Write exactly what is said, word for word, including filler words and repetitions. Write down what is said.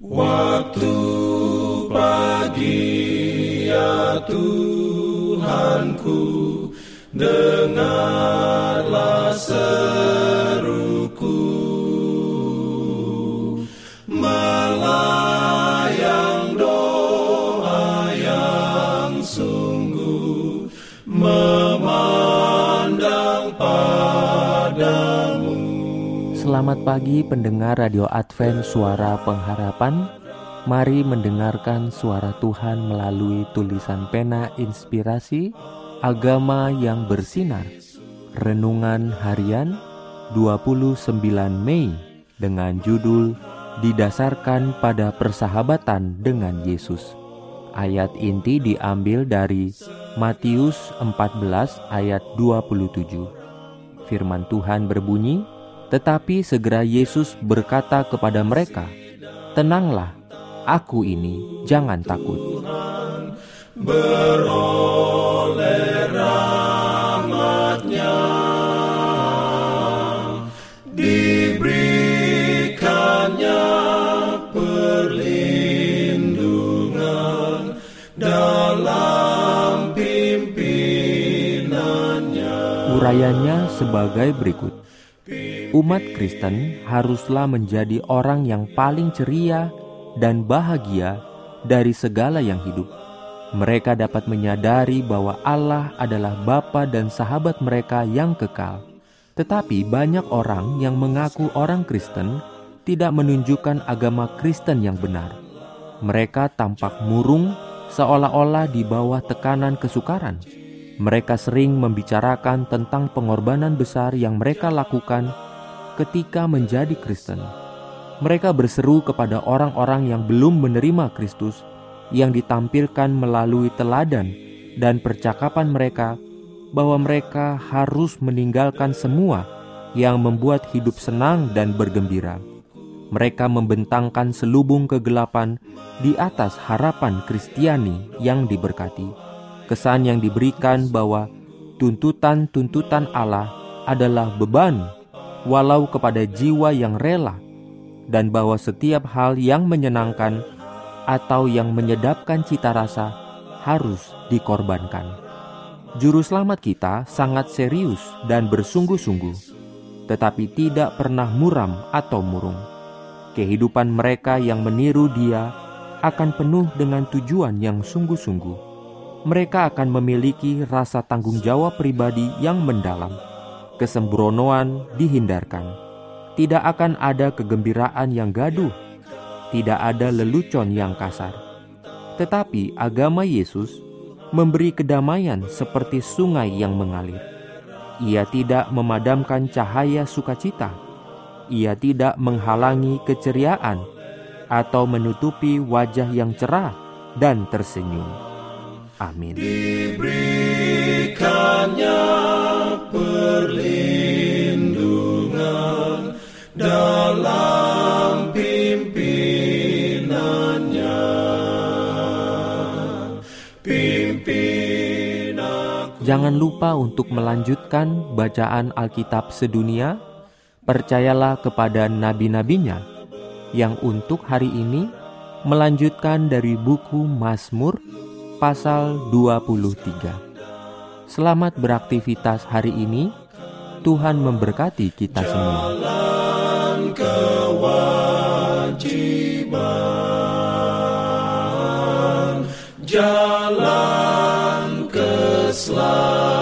Waktu pagi ya Tuhanku, dengarlah seruku, melayang doa yang sungguh, memandang padamu. Selamat pagi pendengar Radio Advent Suara Pengharapan. Mari mendengarkan suara Tuhan melalui tulisan pena inspirasi Agama yang Bersinar. Renungan harian dua puluh sembilan Mei dengan judul Didasarkan pada Persahabatan dengan Yesus. Ayat inti diambil dari Matius empat belas ayat dua puluh tujuh. Firman Tuhan berbunyi, tetapi segera Yesus berkata kepada mereka, "Tenanglah, aku ini, jangan takut." Beroleh rahmat-Nya, diberikannya perlindungan dalam pimpinannya. Urayanya sebagai berikut. Umat Kristen haruslah menjadi orang yang paling ceria dan bahagia dari segala yang hidup. Mereka dapat menyadari bahwa Allah adalah Bapa dan sahabat mereka yang kekal. Tetapi banyak orang yang mengaku orang Kristen tidak menunjukkan agama Kristen yang benar. Mereka tampak murung, seolah-olah di bawah tekanan kesukaran. Mereka sering membicarakan tentang pengorbanan besar yang mereka lakukan ketika menjadi Kristen. Mereka berseru kepada orang-orang yang belum menerima Kristus, yang ditampilkan melalui teladan dan percakapan mereka, bahwa mereka harus meninggalkan semua yang membuat hidup senang dan bergembira. Mereka membentangkan selubung kegelapan di atas harapan Kristiani yang diberkati. Kesan yang diberikan bahwa tuntutan-tuntutan Allah adalah beban, walau kepada jiwa yang rela, dan bahwa setiap hal yang menyenangkan atau yang menyedapkan cita rasa harus dikorbankan. Juru selamat kita sangat serius dan bersungguh-sungguh, tetapi tidak pernah muram atau murung. Kehidupan mereka yang meniru Dia akan penuh dengan tujuan yang sungguh-sungguh. Mereka akan memiliki rasa tanggung jawab pribadi yang mendalam. Kesembronoan dihindarkan. Tidak akan ada kegembiraan yang gaduh. Tidak ada lelucon yang kasar. Tetapi agama Yesus memberi kedamaian seperti sungai yang mengalir. Ia tidak memadamkan cahaya sukacita. Ia tidak menghalangi keceriaan atau menutupi wajah yang cerah dan tersenyum. Amin. Diberikannya perlindungan dalam pimpinannya. Pimpin aku. Jangan lupa untuk melanjutkan bacaan Alkitab sedunia. Percayalah kepada nabi-nabinya yang untuk hari ini melanjutkan dari buku Mazmur pasal dua puluh tiga. Selamat beraktivitas hari ini. Tuhan memberkati kita semua. Jalan kewajiban, jalan keselamatan.